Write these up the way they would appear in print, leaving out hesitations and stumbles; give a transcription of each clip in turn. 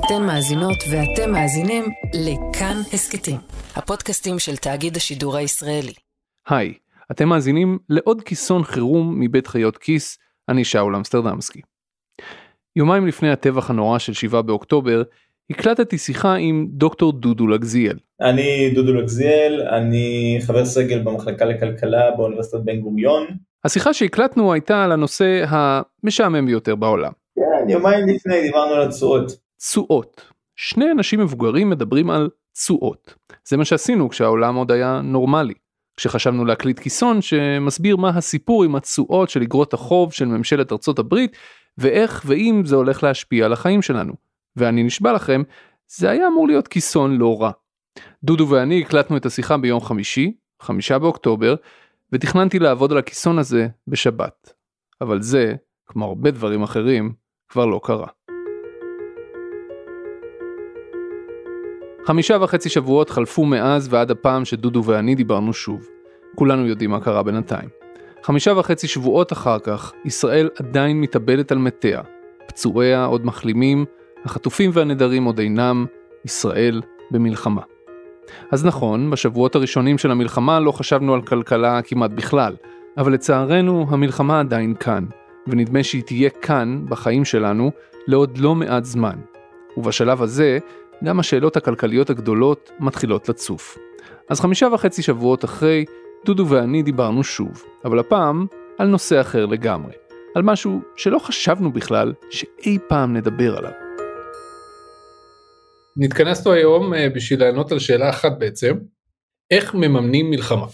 אתן מאזינות ואתם מאזינים לכאן הסקטים, הפודקאסטים של תאגיד השידור הישראלי. היי, אתם מאזינים לעוד כיסון חירום מבית חיות כיס, אני שאול אמסטרדמסקי. יומיים לפני הטבח הנורא של 7 באוקטובר, הקלטתי שיחה עם דוקטור דודו לגזיאל. אני דודו לגזיאל, אני חבר סגל במחלקה לכלכלה באוניברסיטת בן גוריון. השיחה שהקלטנו הייתה על הנושא המשעמם ביותר בעולם. כן, יומיים לפני דיברנו על התשואות. תשואות. שני אנשים מבוגרים מדברים על תשואות. זה מה שעשינו כשהעולם עוד היה נורמלי. כשחשבנו להקליט כיסון שמסביר מה הסיפור עם התשואות של אגרות החוב של ממשלת ארצות הברית, ואיך ואם זה הולך להשפיע על החיים שלנו. ואני נשבע לכם, זה היה אמור להיות כיסון לא רע. דודו ואני הקלטנו את השיחה ביום חמישי, 5 באוקטובר, ותכננתי לעבוד על הכיסון הזה בשבת. אבל זה, כמו הרבה דברים אחרים, כבר לא קרה. 5.5 שבועות חלפו מאז ועד הפעם שדודו ואני דיברנו שוב. כולנו יודעים מה קרה בינתיים. 5.5 שבועות אחר כך, ישראל עדיין מתאבדת על מתיה. פצועיה עוד מחלימים, החטופים והנדרים עוד אינם, ישראל במלחמה. אז נכון, בשבועות הראשונים של המלחמה לא חשבנו על כלכלה כמעט בכלל, אבל לצערנו המלחמה עדיין כאן, ונדמה שהיא תהיה כאן בחיים שלנו לעוד לא מעט זמן. ובשלב הזה, גם השאלות הכלכליות הגדולות מתחילות לצוף. אז 5.5 שבועות אחרי, דודו ואני דיברנו שוב, אבל הפעם על נושא אחר לגמרי, על משהו שלא חשבנו בכלל שאי פעם נדבר עליו. נתכנסנו היום בשביל לענות על שאלה אחת בעצם, איך מממנים מלחמה?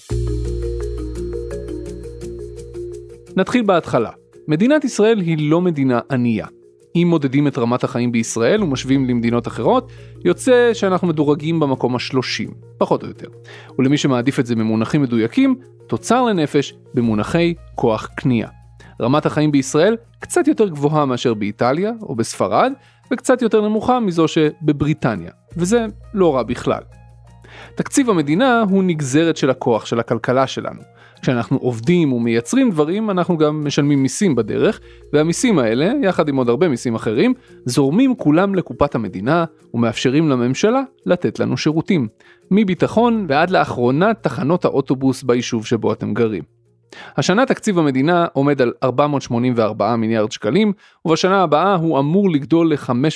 נתחיל בהתחלה. מדינת ישראל היא לא מדינה ענייה. אם מודדים את רמת החיים בישראל ומשווים למדינות אחרות, יוצא שאנחנו מדורגים במקום ה-30, פחות או יותר. ולמי שמעדיף את זה במונחים מדויקים, תוצר לנפש במונחי כוח קנייה. רמת החיים בישראל קצת יותר גבוהה מאשר באיטליה או בספרד, וקצת יותר נמוכה מזו שבבריטניה, וזה לא רע בכלל. תקציב המדינה הוא נגזרת של הכוח של הכלכלה שלנו. כשאנחנו עובדים ומייצרים דברים, אנחנו גם משלמים מיסים בדרך, והמיסים האלה, יחד עם עוד הרבה מיסים אחרים, זורמים כולם לקופת המדינה, ומאפשרים לממשלה לתת לנו שירותים. מביטחון ועד לאחרונה תחנות האוטובוס ביישוב שבו אתם גרים. השנה תקציב המדינה עומד על 484 מיליארד שקלים, ובשנה הבאה הוא אמור לגדול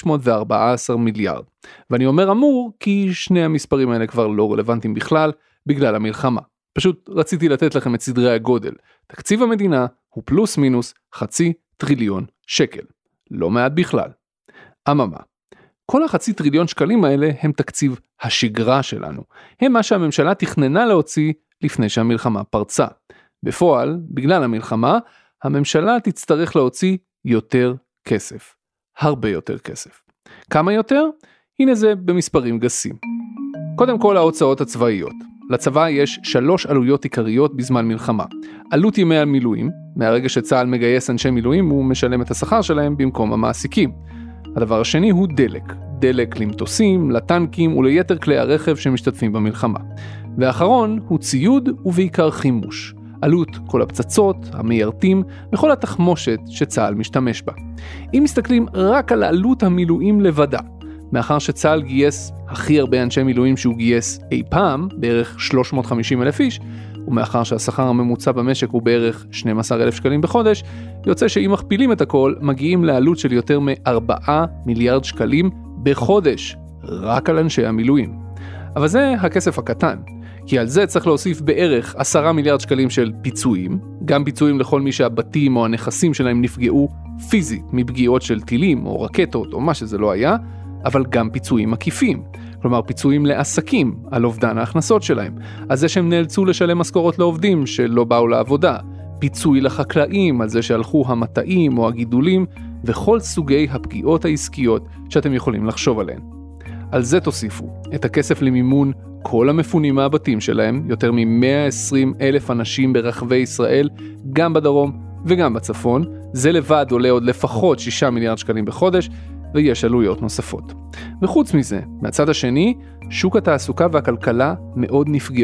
ל-514 מיליארד. ואני אומר אמור כי שני המספרים האלה כבר לא רלוונטיים בכלל, בגלל המלחמה. פשוט רציתי לתת לכם את סדרי הגודל. תקציב המדינה הוא פלוס מינוס 0.5 טריליון שקל. לא מעט בכלל. אממה, כל ה0.5 טריליון שקלים האלה הם תקציב השגרה שלנו. הם מה שהממשלה תכננה להוציא לפני שהמלחמה פרצה. בפועל, בגלל המלחמה, הממשלה תצטרך להוציא יותר כסף. הרבה יותר כסף. כמה יותר? הנה זה במספרים גסים. קודם כל ההוצאות הצבאיות. לצבא יש 3 עלויות עיקריות בזמן מלחמה. עלות ימי המילואים, מהרגע שצה"ל מגייס אנשי מילואים הוא משלם את השכר שלהם במקום המעסיקים. הדבר השני הוא דלק. דלק למטוסים, לטנקים וליתר כלי הרכב שמשתתפים במלחמה. והאחרון הוא ציוד ובעיקר חימוש. עלות כל הפצצות, המיירטים וכל התחמושת שצה"ל משתמש בה. אם מסתכלים רק על עלות המילואים לבדה, מאחר שצה"ל גייס הכי הרבה אנשי מילואים שהוא גייס אי פעם, בערך 350,000 איש, ומאחר שהשכר הממוצע במשק הוא בערך 12,000 שקלים בחודש, יוצא שאם מכפילים את הכל, מגיעים לעלות של יותר מ4 מיליארד שקלים בחודש, רק על אנשי המילואים. אבל זה הכסף הקטן, כי על זה צריך להוסיף בערך 10 מיליארד שקלים של פיצויים, גם פיצויים לכל מי שהבתים או הנכסים שלהם נפגעו פיזית מפגיעות של טילים או רקטות או מה שזה לא היה, אבל גם פיצויים עקיפים, כלומר פיצויים לעסקים על אובדן ההכנסות שלהם, על זה שהם נאלצו לשלם משכורות לעובדים שלא באו לעבודה, פיצוי לחקלאים על זה שהלכו המטעים או הגידולים, וכל סוגי הפגיעות העסקיות שאתם יכולים לחשוב עליהן. על זה תוסיפו את הכסף למימון כל המפונים מהבתים שלהם, יותר מ-120,000 אנשים ברחבי ישראל, גם בדרום וגם בצפון, זה לבד עולה עוד לפחות 6 מיליארד שקלים בחודש, ויש עלויות נוספות. וחוץ מזה, מהצד השני, שוק התעסוקה והכלכלה מאוד נפגעו.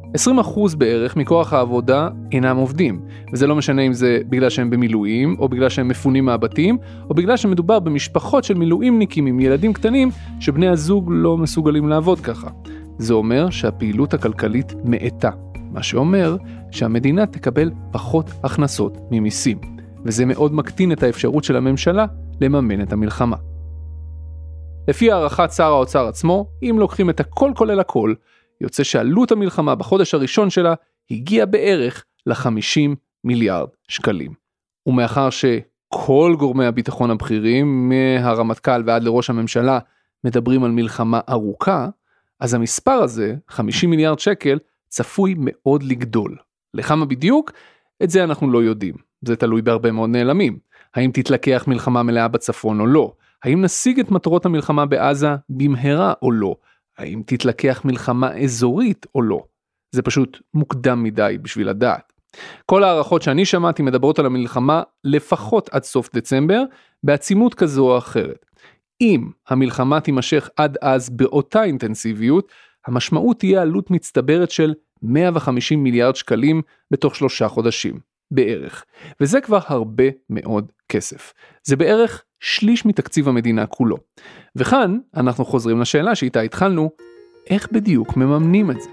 20% בערך מכוח העבודה אינם עובדים, וזה לא משנה אם זה בגלל שהם במילואים, או בגלל שהם מפונים מהבתים, או בגלל שמדובר במשפחות של מילואימניקים עם ילדים קטנים, שבני הזוג לא מסוגלים לעבוד ככה. זה אומר שהפעילות הכלכלית מאטה, מה שאומר שהמדינה תקבל פחות הכנסות ממיסים, וזה מאוד מקטין את האפשרות של הממשלה לממן את המלחמה. לפי הערכת שר האוצר עצמו, אם לוקחים את הכל כולל הכל, יוצא שעלות המלחמה בחודש הראשון שלה הגיעה בערך ל-50 מיליארד שקלים. ומאחר שכל גורמי הביטחון הבכירים, מהרמטכ"ל ועד לראש הממשלה, מדברים על מלחמה ארוכה, אז המספר הזה, 50 מיליארד שקל, צפוי מאוד לגדול. לכמה בדיוק? את זה אנחנו לא יודעים. זה תלוי בהרבה מאוד נעלמים. האם תתלקח מלחמה מלאה בצפון או לא? האם נשיג את מטרות המלחמה בעזה במהרה או לא? האם תתלקח מלחמה אזורית או לא? זה פשוט מוקדם מדי בשביל לדעת. כל הערכות שאני שמעתי מדברות על המלחמה לפחות עד סוף דצמבר, בעצימות כזו או אחרת. אם המלחמה תימשך עד אז באותה אינטנסיביות, המשמעות תהיה עלות מצטברת של 150 מיליארד שקלים בתוך 3 חודשים, בערך. וזה כבר הרבה מאוד כסף. זה בערך שליש מתקציב המדינה כולו. וכאן אנחנו חוזרים לשאלה שאיתה התחלנו, איך בדיוק מממנים את זה?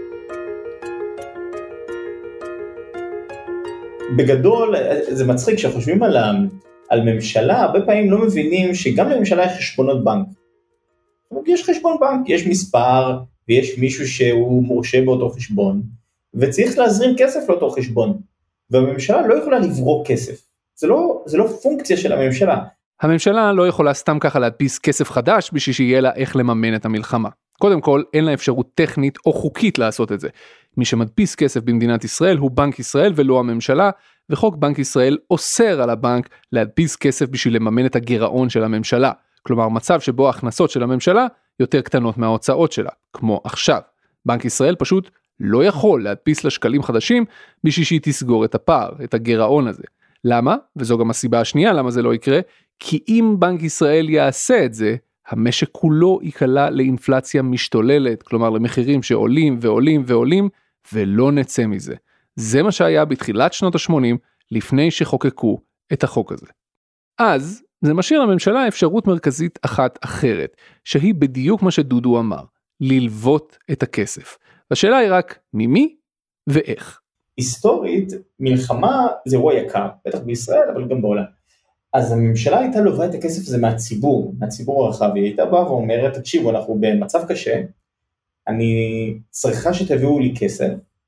בגדול, זה מצחיק שחושבים על ממשלה, הרבה פעמים לא מבינים שגם לממשלה יש חשבונות בנק. יש חשבון בנק, יש מספר, ויש מישהו שהוא מורשה באותו חשבון, וצריך להזרים כסף לאותו חשבון, והממשלה לא יכולה לברוק כסף. זה לא פונקציה של הממשלה. הממשלה לא יכולה סתם ככה להדפיס כסף חדש בשביל שיהיה לה איך לממן את המלחמה. קודם כל, אין לה אפשרות טכנית או חוקית לעשות את זה. מי שמדפיס כסף במדינת ישראל הוא בנק ישראל ולא הממשלה, וחוק בנק ישראל אוסר על הבנק להדפיס כסף בשביל לממן את הגירעון של הממשלה. כלומר, מצב שבו ההכנסות של הממשלה יותר קטנות מההוצאות שלה, כמו עכשיו. בנק ישראל פשוט לא יכול להדפיס לה שקלים חדשים בשביל שהיא תסגור את הפער, את הגירעון הזה. למה? וזו גם הסיבה השנייה למה זה לא יקרה, כי אם בנק ישראל יעשה את זה, המשק כולו יקלה לאינפלציה משתוללת, כלומר למחירים שעולים ועולים ועולים, ולא נצא מזה. זה מה שהיה בתחילת שנות ה-80, לפני שחוקקו את החוק הזה. אז זה משאיר לממשלה אפשרות מרכזית אחת אחרת, שהיא בדיוק מה שדודו אמר, ללוות את הכסף. השאלה היא רק ממי ואיך. היסטורית, מלחמה זה אירוע יקר, בטח בישראל, אבל גם בעולם. אז הממשלה הייתה לובה את הכסף הזה מהציבור הרחב, היא הייתה באה ואומרת, תקשיבו, אנחנו במצב קשה, אני צריכה שתביאו לי כסף,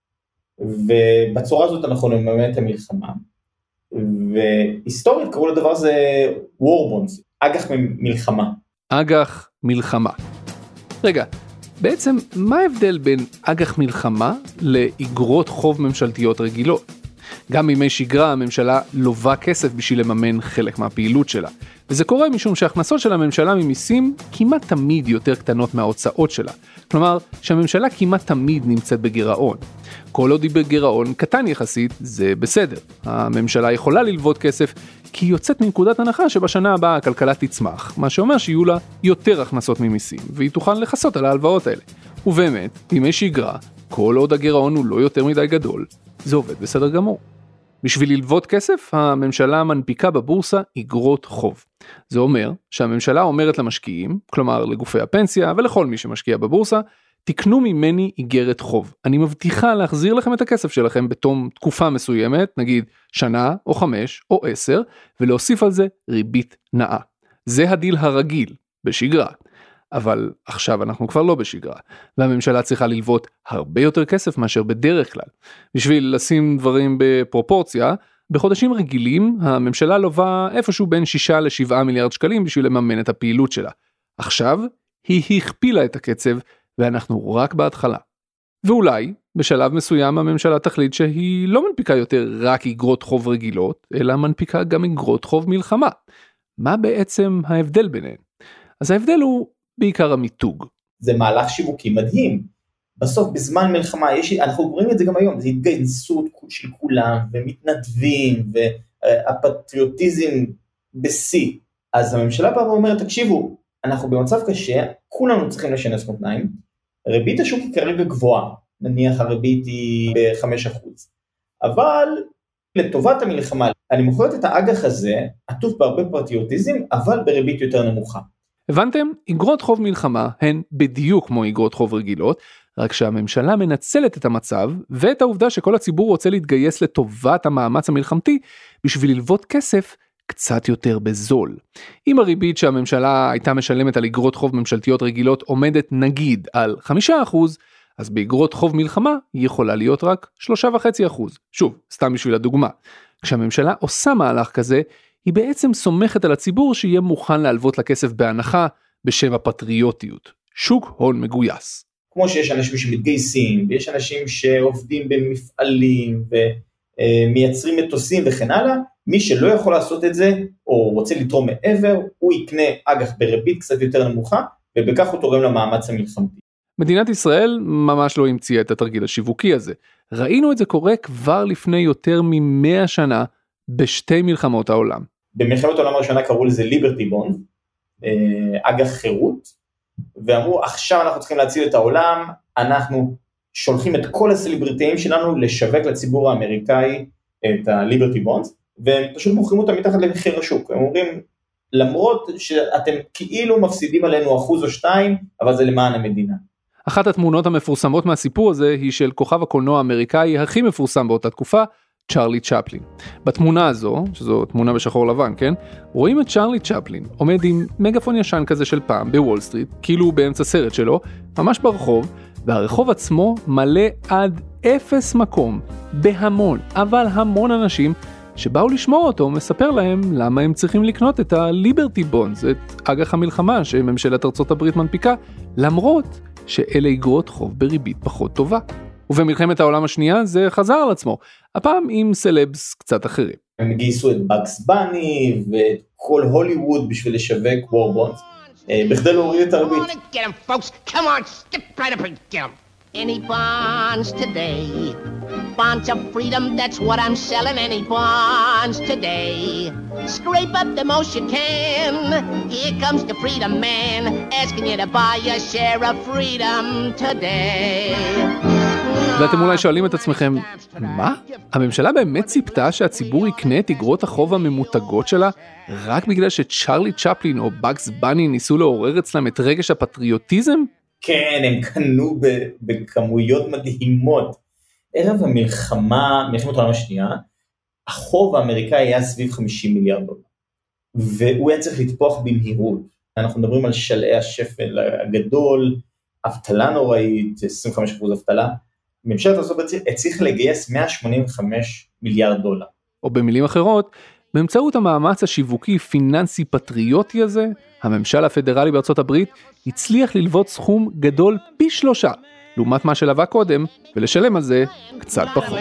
ובצורה הזאת אנחנו נממן את המלחמה, והיסטורית קראו לדבר הזה war bonds, אג"ח מלחמה. אג"ח מלחמה. רגע, בעצם מה ההבדל בין אג"ח מלחמה לאגרות חוב ממשלתיות רגילות? גם בימי שגרה הממשלה לובה כסף בשביל לממן חלק מהפעילות שלה. וזה קורה משום שההכנסות של הממשלה ממיסים כמעט תמיד יותר קטנות מההוצאות שלה. כלומר, שהממשלה כמעט תמיד נמצאת בגירעון. כל עוד היא בגירעון קטן יחסית, זה בסדר. הממשלה יכולה ללוות כסף, כי היא יוצאת מנקודת הנחה שבשנה הבאה הכלכלה תצמח, מה שאומר שיהיו לה יותר הכנסות ממיסים, והיא תוכל לחסות על ההלוואות האלה. ובאמת, בימי שגרה, כל עוד הגירעון הוא לא יותר מדי גדול, זה עובד בסדר גמור. בשביל ללוות כסף, הממשלה מנפיקה בבורסה אגרות חוב. זה אומר שהממשלה אומרת למשקיעים, כלומר לגופי הפנסיה ולכל מי שמשקיע בבורסה, תקנו ממני איגרת חוב. אני מבטיחה להחזיר לכם את הכסף שלכם בתום תקופה מסוימת, נגיד שנה או 5 או 10, ולהוסיף על זה ריבית נאה. זה הדיל הרגיל בשגרה. אבל עכשיו אנחנו כבר לא בשגרה, והממשלה צריכה ללוות הרבה יותר כסף מאשר בדרך כלל. בשביל לשים דברים בפרופורציה, בחודשים רגילים הממשלה לובה איפשהו בין 6 ל-7 מיליארד שקלים בשביל לממן את הפעילות שלה. עכשיו היא הכפילה את הקצב ואנחנו רק בהתחלה. ואולי בשלב מסוים הממשלה תחליט שהיא לא מנפיקה יותר רק אגרות חוב רגילות, אלא מנפיקה גם אגרות חוב מלחמה. מה בעצם ההבדל ביניהן? אז ההבדל הוא בעיקר המיתוג. זה מהלך שיווקי מדהים. בסוף בזמן מלחמה, אנחנו רואים את זה גם היום, זה התגייסות של כולם, ומתנדבים, והפטריוטיזם בשיא. אז הממשלה באה ואומרת, תקשיבו, אנחנו במצב קשה, כולנו צריכים לשנס מותניים, ריבית השוק היא כרגע גבוהה, נניח הריבית היא ב-5%. אבל לטובת המלחמה, אני מוכרת את האג"ח הזה, עטוף בהרבה פטריוטיזם, אבל בריבית יותר נמוכה. הבנתם? אגרות חוב מלחמה הן בדיוק כמו אגרות חוב רגילות, רק שהממשלה מנצלת את המצב, ואת העובדה שכל הציבור רוצה להתגייס לטובת המאמץ המלחמתי, בשביל ללוות כסף קצת יותר בזול. אם הריבית שהממשלה הייתה משלמת על אגרות חוב ממשלתיות רגילות עומדת נגיד על 5%, אז באגרות חוב מלחמה היא יכולה להיות רק 3.5%. שוב, סתם בשביל הדוגמה. כשהממשלה עושה מהלך כזה, היא בעצם סומכת על הציבור שיהיה מוכן להלוות לכסף בהנחה בשם הפטריוטיות. שוק הון מגויס. כמו שיש אנשים שמתגייסים, ויש אנשים שעובדים במפעלים ומייצרים מטוסים וכן הלאה, מי שלא יכול לעשות את זה, או רוצה לתרום מעבר, הוא יקנה אג"ח בריבית קצת יותר נמוכה, ובכך הוא תורם למאמץ המלחמתי. מדינת ישראל ממש לא המציאה את התרגיל השיווקי הזה. ראינו את זה קורה כבר לפני יותר מ100 שנה, בשתי מלחמות העולם. במלחמת העולם הראשונה קראו לזה ליברטי בונד, אג"ח חירות, ואמרו עכשיו אנחנו צריכים להציל את העולם, אנחנו שולחים את כל הסלבריטאים שלנו לשווק לציבור האמריקאי את הליברטי בונד, והם פשוט מוכרים אותם מתחת למחיר השוק. הם אומרים, למרות שאתם כאילו מפסידים עלינו 1% או 2%, אבל זה למען המדינה. אחת התמונות המפורסמות מהסיפור הזה היא של כוכב הקולנוע האמריקאי הכי מפורסם באותה תקופה, צ'רלי צ'פלין. בתמונה הזו, שזו תמונה בשחור לבן, כן? רואים את צ'רלי צ'פלין עומד עם מגפון ישן כזה של פעם בוול סטריט, כאילו הוא באמצע סרט שלו, ממש ברחוב, והרחוב עצמו מלא עד 0 מקום, בהמון, אבל המון אנשים שבאו לשמוע אותו, מספר להם למה הם צריכים לקנות את הליברטי בונדס, את אג"ח המלחמה שממשלת ארצות הברית מנפיקה, למרות שאלה אגרות חוב בריבית פחות טובה. ובמלחמת העולם השנייה זה חזר על עצמו, הפעם עם סלבס קצת אחרים. הם גייסו את בגס בני ואת כל הוליווד בשביל לשווק וור בונדס, בכדי להוריד את הריבית. Any bonds today, bonds of freedom, that's what I'm selling, any bonds today. Scrape up the most you can, here comes the freedom man, asking you to buy a share of freedom today. ואתם אולי שואלים את עצמכם, מה? הממשלה באמת ציפתה שהציבור יקנה את אגרות החוב הממותגות שלה, רק בגלל שצ'רלי צ'פלין או בגס בני ניסו לעורר אצלם את רגש הפטריוטיזם? כן, הם קנו בכמויות מדהימות. ערב המלחמה, מלחמת העולם השנייה, החוב האמריקאי היה סביב 50 מיליארד דולר. והוא היה צריך לתפוח במהירות. אנחנו מדברים על שלעי השפל הגדול, אבטלה נוראית, 25% אבטלה. ממשלת ארצות הברית הצליחה לגייס 185 מיליארד דולר. או במילים אחרות, באמצעות המאמץ השיווקי פיננסי פטריוטי הזה, הממשל הפדרלי בארצות הברית הצליח ללוות סכום גדול פי 3, לעומת מה שלווה קודם, ולשלם על זה קצת פחות.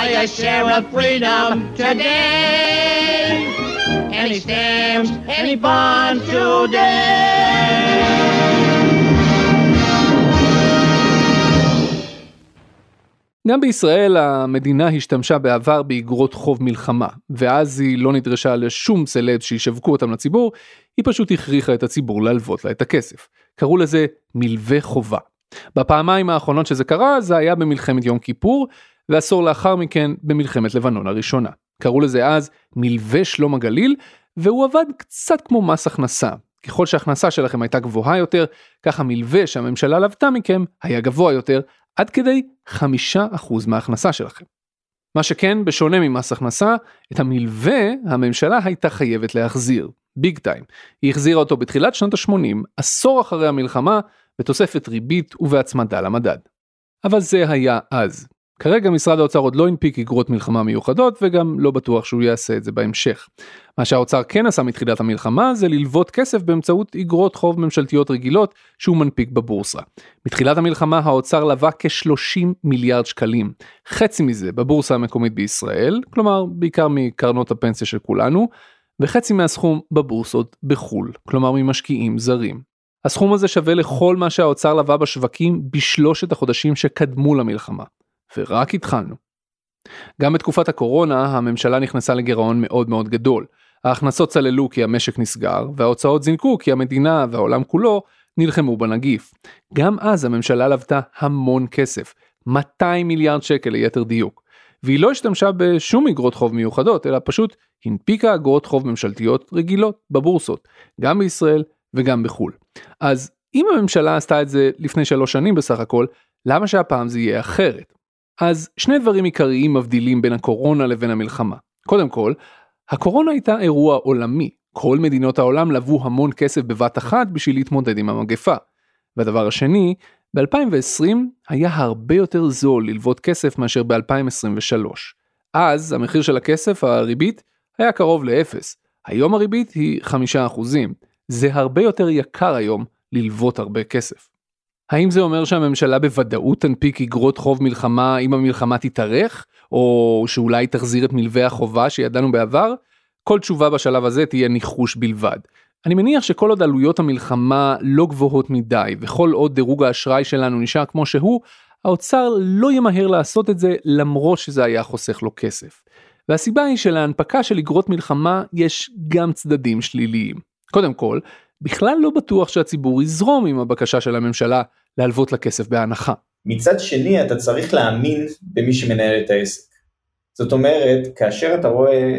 גם בישראל המדינה השתמשה בעבר באגרות חוב מלחמה, ואז היא לא נדרשה לשום סלב שישווקו אותם לציבור, היא פשוט הכריחה את הציבור להלוות לה את הכסף. קראו לזה מלווה חובה. בפעמיים האחרונות שזה קרה, זה היה במלחמת יום כיפור, ועשור לאחר מכן במלחמת לבנון הראשונה. קראו לזה אז מלווה שלום הגליל, והוא עבד קצת כמו מס הכנסה. ככל שההכנסה שלכם הייתה גבוהה יותר, כך המלווה שהממשלה לבתה מכם היה גבוה יותר, עד כדי 5% מההכנסה שלכם. מה שכן, בשונה ממס הכנסה, את המלווה הממשלה הייתה חייבת להחזיר, ביג טיים. היא החזירה אותו בתחילת שנות ה-80, עשור אחרי המלחמה, בתוספת ריבית ובהצמדה למדד. אבל זה היה אז. כרגע משרד האוצר עוד לא הנפיק אגרות מלחמה מיוחדות, וגם לא בטוח שהוא יעשה את זה בהמשך. מה שהאוצר כן עשה מתחילת המלחמה, זה ללוות כסף באמצעות אגרות חוב ממשלתיות רגילות, שהוא מנפיק בבורסה. מתחילת המלחמה האוצר לווה כ-30 מיליארד שקלים. חצי מזה בבורסה המקומית בישראל, כלומר בעיקר מקרנות הפנסיה של כולנו, וחצי מהסכום בבורסות בחול, כלומר ממשקיעים זרים. הסכום הזה שווה לכל מה שהאוצר לווה בשווקים בשלושת החודשים שקדמו למלחמה. ורק התחלנו. גם בתקופת הקורונה הממשלה נכנסה לגירעון מאוד מאוד גדול. ההכנסות צללו כי המשק נסגר, וההוצאות זינקו כי המדינה והעולם כולו נלחמו בנגיף. גם אז הממשלה לוותה המון כסף, 200 מיליארד שקל ליתר דיוק. והיא לא השתמשה בשום אגרות חוב מיוחדות, אלא פשוט הנפיקה אגרות חוב ממשלתיות רגילות בבורסות, גם בישראל וגם בחול. אז אם הממשלה עשתה את זה לפני 3 שנים בסך הכל, למה שהפעם זה יהיה אחרת? אז שני דברים עיקריים מבדילים בין הקורונה לבין המלחמה. קודם כל, הקורונה הייתה אירוע עולמי. כל מדינות העולם לבו המון כסף בבת אחת בשביל להתמודד עם המגפה. והדבר השני, ב-2020 היה הרבה יותר זול ללוות כסף מאשר ב-2023. אז המחיר של הכסף, הריבית, היה קרוב ל0. היום הריבית היא 5%. זה הרבה יותר יקר היום ללוות הרבה כסף. האם זה אומר שהממשלה בוודאות תנפיק אגרות חוב מלחמה אם המלחמה תתארך, או שאולי תחזיר את מלווה החובה שידענו בעבר? כל תשובה בשלב הזה תהיה ניחוש בלבד. אני מניח שכל עוד עלויות המלחמה לא גבוהות מדי, וכל עוד דירוג האשראי שלנו נשאר כמו שהוא, האוצר לא ימהר לעשות את זה למרות שזה היה חוסך לו כסף. והסיבה היא שלהנפקה של אגרות מלחמה יש גם צדדים שליליים. קודם כל, בכלל לא בטוח שהציבור יזרום עם הבקשה של הממשלה להלוות לכסף בהנחה. מצד שני, אתה צריך להאמין במי שמנהל את העסק. זאת אומרת, כאשר אתה רואה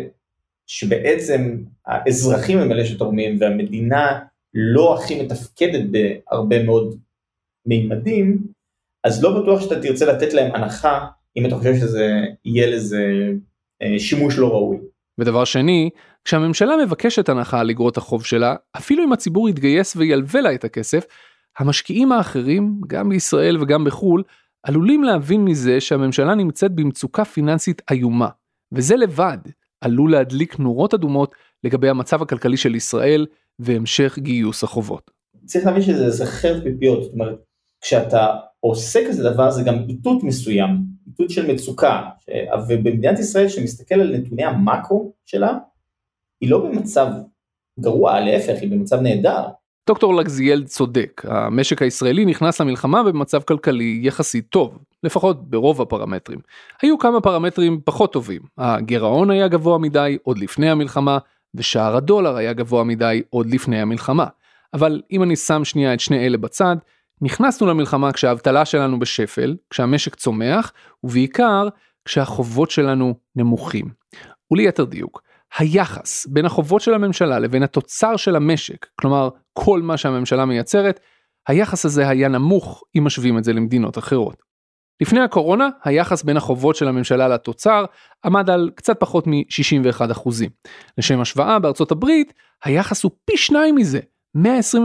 שבעצם האזרחים הם אלה שתורמים, והמדינה לא הכי מתפקדת בהרבה מאוד מימדים, אז לא בטוח שאתה תרצה לתת להם הנחה, אם אתה חושב שזה יהיה לזה שימוש לא ראוי. ודבר שני, כשהממשלה מבקשת הנחה על אגרות החוב שלה, אפילו אם הציבור יתגייס וילווה לה את הכסף, המשקיעים האחרים, גם בישראל וגם בחול, עלולים להבין מזה שהממשלה נמצאת במצוקה פיננסית איומה, וזה לבד עלול להדליק נורות אדומות לגבי המצב הכלכלי של ישראל והמשך גיוס החובות. צריך להבין שזה חרב פיפיות, זאת אומרת, כשאתה עושה כזה דבר זה גם איתות מסוים, איתות של מצוקה, ובמדינת ישראל שמסתכל על נתוני המאקרו שלה, היא לא במצב גרוע, להפך, היא במצב נהדר. דוקטור לגזיאל צודק, המשק הישראלי נכנס למלחמה במצב כלכלי יחסית טוב, לפחות ברוב הפרמטרים. היו כמה פרמטרים פחות טובים, הגירעון היה גבוה מדי עוד לפני המלחמה, ושער הדולר היה גבוה מדי עוד לפני המלחמה. אבל אם אני שם שנייה את שני אלה בצד, נכנסנו למלחמה כשהאבטלה שלנו בשפל, כשהמשק צומח, ובעיקר כשהחובות שלנו נמוכים. וליתר דיוק, היחס בין החובות של הממשלה לבין התוצר של המשק, כלומר כל מה שהממשלה מייצרת, היחס הזה היה נמוך אם משווים את זה למדינות אחרות. לפני הקורונה, היחס בין החובות של הממשלה לתוצר עמד על קצת פחות מ-61%. לשם השוואה, בארצות הברית, היחס הוא פי 2 מזה, 123%.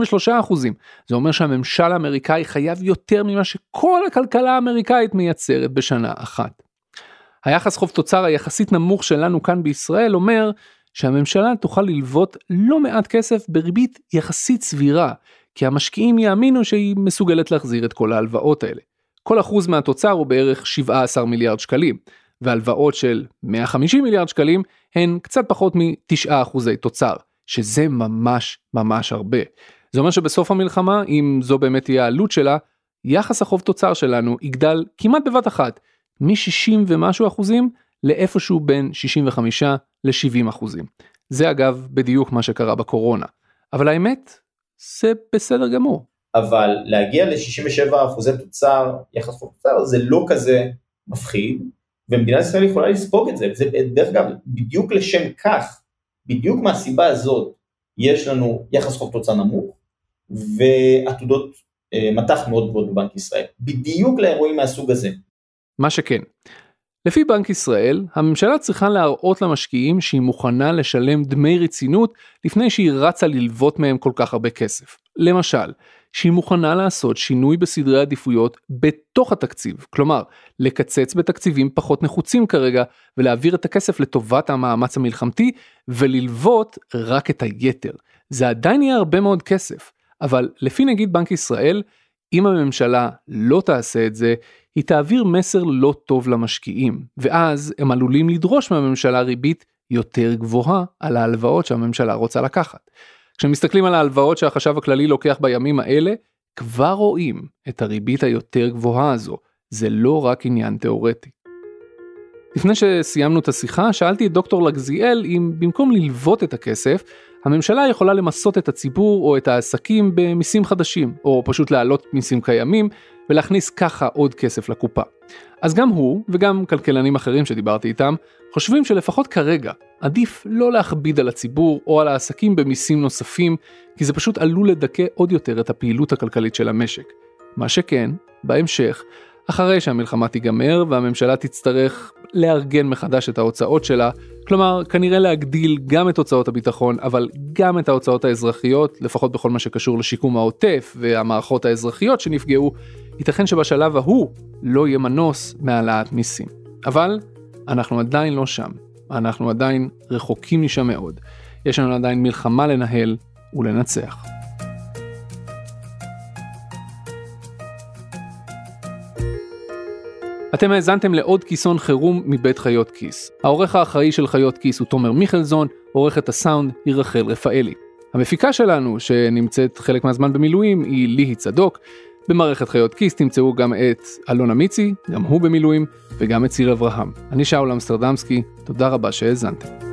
זה אומר שהממשל האמריקאי חייב יותר ממה שכל הכלכלה האמריקאית מייצרת בשנה אחת. היחס חוב תוצר היחסית נמוך שלנו כאן בישראל אומר שהממשלה תוכל ללוות לא מעט כסף בריבית יחסית סבירה, כי המשקיעים יאמינו שהיא מסוגלת להחזיר את כל ההלוואות האלה. כל אחוז מהתוצר הוא בערך 17 מיליארד שקלים, והלוואות של 150 מיליארד שקלים הן קצת פחות מ9% תוצר, שזה ממש ממש הרבה. זה אומר שבסוף המלחמה, אם זו באמת תהיה העלות שלה, יחס החוב תוצר שלנו יגדל כמעט בבת אחת, מ-60 ומשהו אחוזים לאיפשהו בין 65 ל-70%. זה אגב בדיוק מה שקרה בקורונה. אבל האמת, זה בסדר גמור. אבל להגיע ל-67% תוצר, יחס חוב תוצר, זה לא כזה מפחיד, ומדינת ישראל יכולה לספוג את זה. זה דרך אגב, בדיוק לשם כך, בדיוק מהסיבה הזאת, יש לנו יחס חוב תוצר נמוך, ועתודות מתח מאוד גבוהות בבנק ישראל. בדיוק לאירועים מהסוג הזה. מה שכן, לפי בנק ישראל, הממשלה צריכה להראות למשקיעים שהיא מוכנה לשלם דמי רצינות לפני שהיא רצה ללוות מהם כל כך הרבה כסף. למשל, שהיא מוכנה לעשות שינוי בסדרי עדיפויות בתוך התקציב, כלומר, לקצץ בתקציבים פחות נחוצים כרגע, ולהעביר את הכסף לטובת המאמץ המלחמתי, וללוות רק את היתר. זה עדיין יהיה הרבה מאוד כסף, אבל לפי נגיד בנק ישראל, אם הממשלה לא תעשה את זה, היא תעביר מסר לא טוב למשקיעים, ואז הם עלולים לדרוש מהממשלה ריבית יותר גבוהה על ההלוואות שהממשלה רוצה לקחת. כשמסתכלים על ההלוואות שהחשב הכללי לוקח בימים האלה, כבר רואים את הריבית היותר גבוהה הזו, זה לא רק עניין תיאורטי. לפני שסיימנו את השיחה, שאלתי את דוקטור לגזיאל אם במקום ללוות את הכסף, הממשלה יכולה למסות את הציבור או את העסקים במיסים חדשים, או פשוט להעלות מיסים קיימים, ולהכניס ככה עוד כסף לקופה. אז גם הוא וגם כלכלנים אחרים שדיברתי איתם חושבים שלפחות כרגע עדיף לא להכביד על הציבור או על העסקים במיסים נוספים, כי זה פשוט עלול לדכא עוד יותר את הפעילות הכלכלית של המשק. מה שכן, בהמשך, אחרי שהמלחמה תיגמר והממשלה תצטרך לארגן מחדש את ההוצאות שלה, כלומר כנראה להגדיל גם את הוצאות הביטחון אבל גם את ההוצאות האזרחיות, לפחות בכל מה שקשור לשיקום העוטף והמערכות האזרחיות שנפגעו, ייתכן שבשלב ההוא לא יהיה מנוס מהעלאת מיסים. אבל אנחנו עדיין לא שם, אנחנו עדיין רחוקים משם מאוד, יש לנו עדיין מלחמה לנהל ולנצח. אתם האזנתם לעוד כיסון חירום מבית חיות כיס. העורך האחראי של חיות כיס הוא תומר מיכלזון, עורכת הסאונד היא רחל רפאלי. המפיקה שלנו, שנמצאת חלק מהזמן במילואים, היא ליהי צדוק. במערכת חיות כיס תמצאו גם את אלון אמיצי, גם הוא במילואים, וגם את ציר אברהם. אני שאול אמסטרדמסקי, תודה רבה שהאזנתם.